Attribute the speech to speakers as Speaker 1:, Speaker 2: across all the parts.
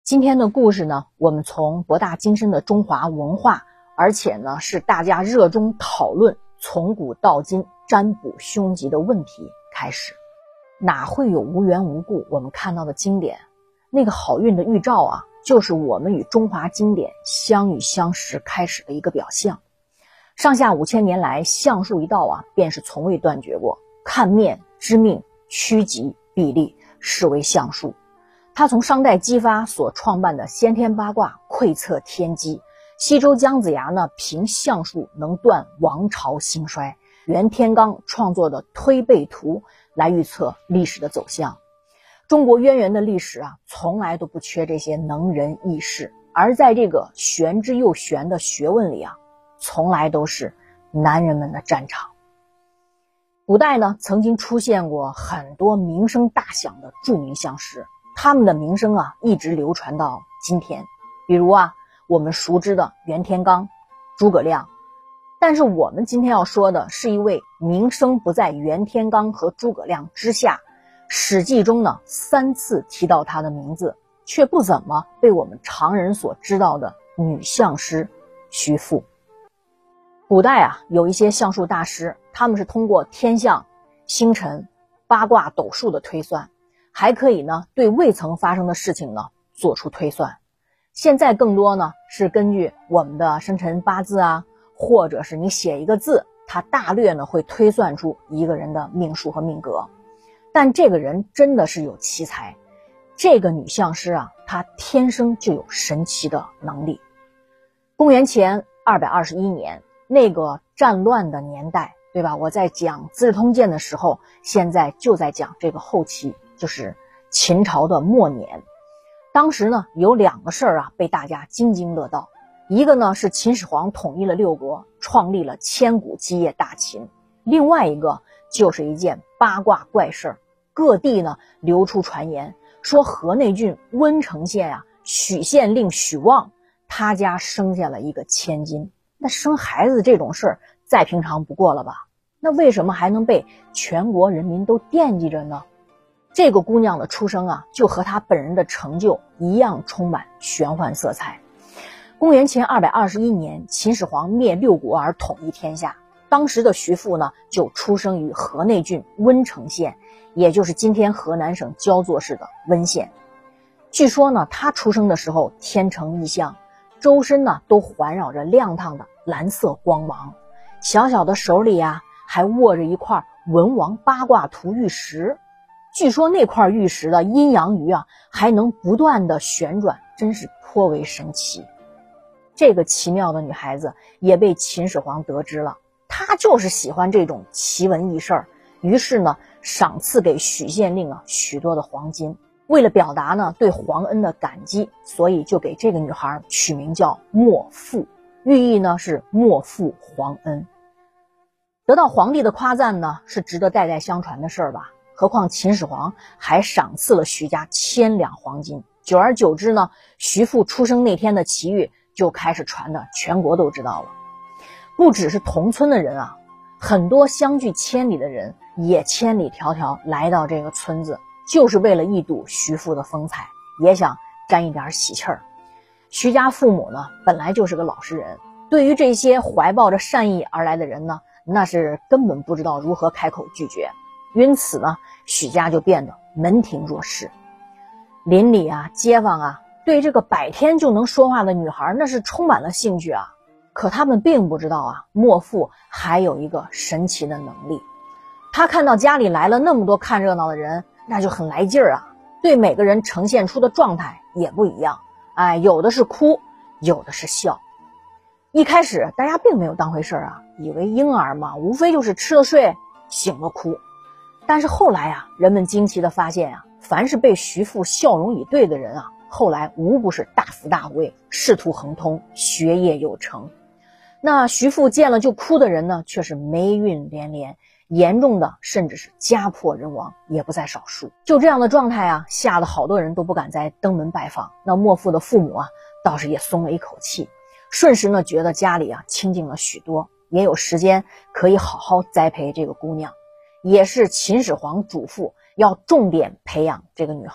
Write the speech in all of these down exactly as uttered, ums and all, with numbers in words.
Speaker 1: 今天的故事呢，我们从博大精深的中华文化，而且呢是大家热衷讨论从古到今占卜凶吉的问题开始。哪会有无缘无故我们看到的经典？那个好运的预兆啊，就是我们与中华经典相遇相识开始的一个表象。上下五千年来，相术一道啊，便是从未断绝过。看面知命，趋吉避利，是为相术。他从商代姬发所创办的先天八卦窥测天机，西周姜子牙呢凭相术能断王朝兴衰，袁天罡创作的推背图来预测历史的走向。中国渊源的历史啊，从来都不缺这些能人异士，而在这个玄之又玄的学问里啊，从来都是男人们的战场。古代呢，曾经出现过很多名声大响的著名相师，他们的名声啊，一直流传到今天。比如啊，我们熟知的袁天罡、诸葛亮。但是我们今天要说的是一位名声不在袁天罡和诸葛亮之下，史记中呢三次提到他的名字，却不怎么被我们常人所知道的女相师徐父。古代啊，有一些相术大师，他们是通过天象、星辰、八卦、斗数的推算，还可以呢对未曾发生的事情呢做出推算。现在更多呢是根据我们的生辰八字啊，或者是你写一个字，它大略呢会推算出一个人的命数和命格。但这个人真的是有奇才，这个女相师啊，她天生就有神奇的能力。公元前二百二十一年，那个战乱的年代，对吧？我在讲《资治通鉴》的时候，现在就在讲这个后期，就是秦朝的末年。当时呢，有两个事儿啊被大家津津乐道。一个呢是秦始皇统一了六国，创立了千古基业大秦；另外一个就是一件八卦怪事儿。各地呢流出传言，说河内郡温城县啊，许县令许旺，他家生下了一个千金。那生孩子这种事儿再平常不过了吧？那为什么还能被全国人民都惦记着呢？这个姑娘的出生啊，就和她本人的成就一样充满玄幻色彩。公元前二百二十一年，秦始皇灭六国而统一天下。当时的徐父呢，就出生于河内郡温城县，也就是今天河南省焦作市的温县。据说呢，他出生的时候天成异象，周身呢都环绕着亮堂的蓝色光芒，小小的手里啊还握着一块文王八卦图玉石。据说那块玉石的阴阳鱼啊还能不断的旋转，真是颇为神奇。这个奇妙的女孩子也被秦始皇得知了，她就是喜欢这种奇闻异事儿，于是呢赏赐给许县令啊许多的黄金。为了表达呢对皇恩的感激，所以就给这个女孩取名叫莫负，寓意呢是莫负皇恩。得到皇帝的夸赞呢是值得代代相传的事儿吧，何况秦始皇还赏赐了徐家千两黄金。久而久之呢，徐父出生那天的奇遇就开始传的全国都知道了。不只是同村的人啊，很多相距千里的人也千里迢迢来到这个村子，就是为了一睹徐父的风采，也想沾一点喜气儿。徐家父母呢本来就是个老实人，对于这些怀抱着善意而来的人呢，那是根本不知道如何开口拒绝。因此呢，许家就变得门庭若市。邻里啊，街坊啊，对这个百天就能说话的女孩那是充满了兴趣啊。可他们并不知道啊，莫负还有一个神奇的能力。他看到家里来了那么多看热闹的人，那就很来劲儿啊，对每个人呈现出的状态也不一样。哎，有的是哭，有的是笑。一开始大家并没有当回事啊，以为婴儿嘛，无非就是吃了睡，醒了哭。但是后来啊，人们惊奇地发现啊，凡是被徐父笑容以对的人啊，后来无不是大富大贵，仕途亨通，学业有成。那徐父见了就哭的人呢，却是霉运连连，严重的甚至是家破人亡也不在少数。就这样的状态啊，吓得好多人都不敢再登门拜访。那莫父的父母啊，倒是也松了一口气，瞬时呢觉得家里啊清静了许多，也有时间可以好好栽培这个姑娘。也是秦始皇嘱咐要重点培养这个女孩，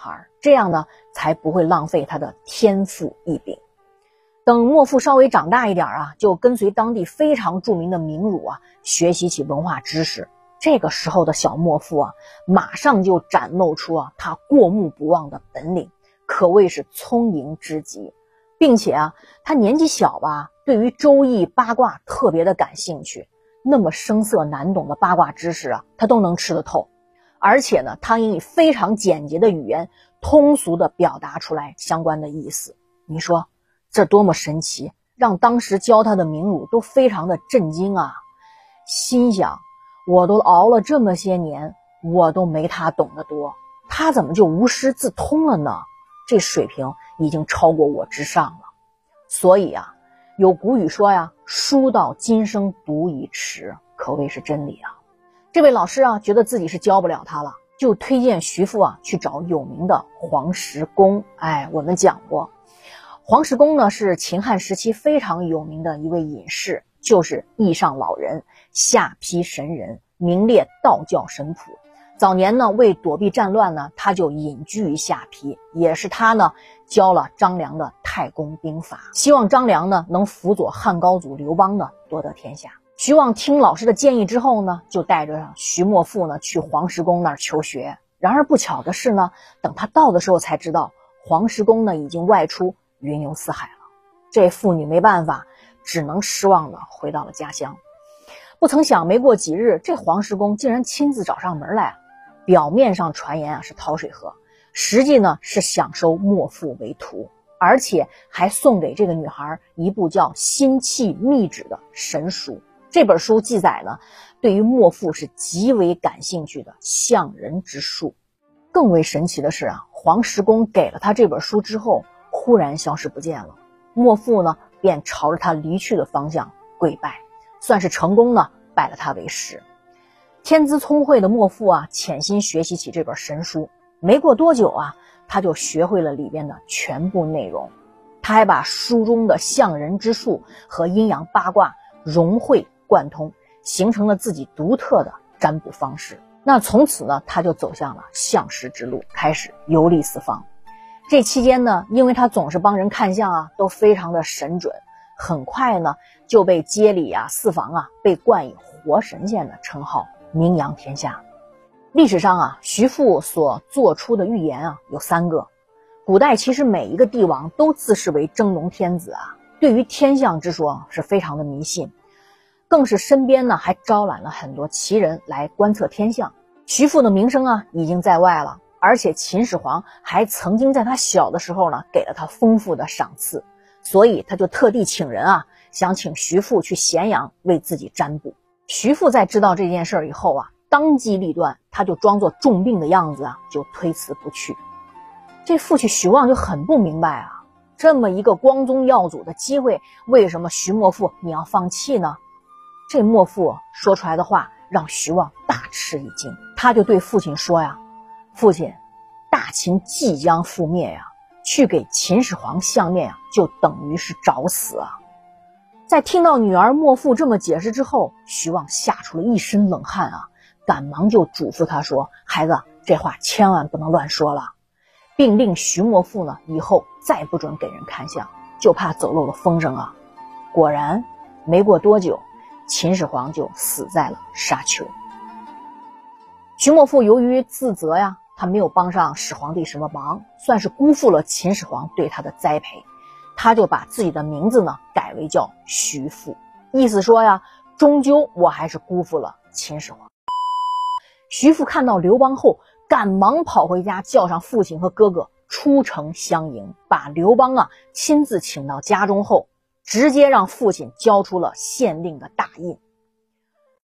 Speaker 1: 这样呢才不会浪费他的天赋异禀。等莫父稍微长大一点啊，就跟随当地非常著名的名儒啊学习起文化知识。这个时候的小莫父啊，马上就展露出啊他过目不忘的本领，可谓是聪颖之极。并且啊，他年纪小吧，对于周易八卦特别的感兴趣，那么生涩难懂的八卦知识啊，他都能吃得透。而且呢，他以非常简洁的语言，通俗的表达出来相关的意思。你说这多么神奇，让当时教他的名儒都非常的震惊啊！心想，我都熬了这么些年，我都没他懂得多，他怎么就无师自通了呢？这水平已经超过我之上了。所以啊，有古语说呀，书到今生读已迟，可谓是真理啊。这位老师啊，觉得自己是教不了他了，就推荐徐父啊去找有名的黄石公。哎，我们讲过，黄石公呢是秦汉时期非常有名的一位隐士，就是义上老人，下邳神人，名列道教神谱。早年呢，为躲避战乱呢，他就隐居于下邳，也是他呢教了张良的太公兵法，希望张良呢能辅佐汉高祖刘邦呢夺得天下。徐望听老师的建议之后呢，就带着徐莫父呢去黄石公那儿求学。然而不巧的是呢，等他到的时候才知道，黄石公呢已经外出云游四海了。这妇女没办法，只能失望的回到了家乡。不曾想，没过几日，这黄石公竟然亲自找上门来。表面上传言啊是讨水喝，实际呢是想收莫父为徒，而且还送给这个女孩一部叫《心气密旨》的神书。这本书记载呢，对于莫父是极为感兴趣的相人之术。更为神奇的是啊，黄石公给了他这本书之后，忽然消失不见了。莫父呢便朝着他离去的方向跪拜，算是成功呢拜了他为师。天资聪慧的莫父啊，潜心学习起这本神书。没过多久啊，他就学会了里边的全部内容。他还把书中的相人之术和阴阳八卦融会贯通，形成了自己独特的占卜方式。那从此呢，他就走向了相师之路，开始游历四方。这期间呢，因为他总是帮人看相啊，都非常的神准，很快呢就被街里啊四房啊被冠以活神仙的称号，名扬天下。历史上啊，徐父所做出的预言啊有三个。古代其实每一个帝王都自视为真龙天子啊，对于天象之说是非常的迷信，更是身边呢还招揽了很多奇人来观测天象。徐父的名声啊已经在外了，而且秦始皇还曾经在他小的时候呢给了他丰富的赏赐，所以他就特地请人啊，想请徐父去咸阳为自己占卜。徐父在知道这件事以后啊，当机立断，他就装作重病的样子啊，就推辞不去。这父亲徐望就很不明白啊，这么一个光宗耀祖的机会，为什么徐莫父你要放弃呢？这莫父说出来的话让徐望大吃一惊，他就对父亲说呀，父亲，大秦即将覆灭呀，去给秦始皇相面啊，就等于是找死啊。在听到女儿莫父这么解释之后，徐望吓出了一身冷汗啊，赶忙就嘱咐他说，孩子，这话千万不能乱说了，并令徐莫父呢以后再不准给人看相，就怕走漏了风声啊。果然没过多久，秦始皇就死在了沙丘。徐莫父由于自责呀，他没有帮上始皇帝什么忙，算是辜负了秦始皇对他的栽培，他就把自己的名字呢改为叫徐父，意思说呀，终究我还是辜负了秦始皇。徐父看到刘邦后，赶忙跑回家，叫上父亲和哥哥出城相迎，把刘邦啊亲自请到家中后，直接让父亲交出了县令的大印，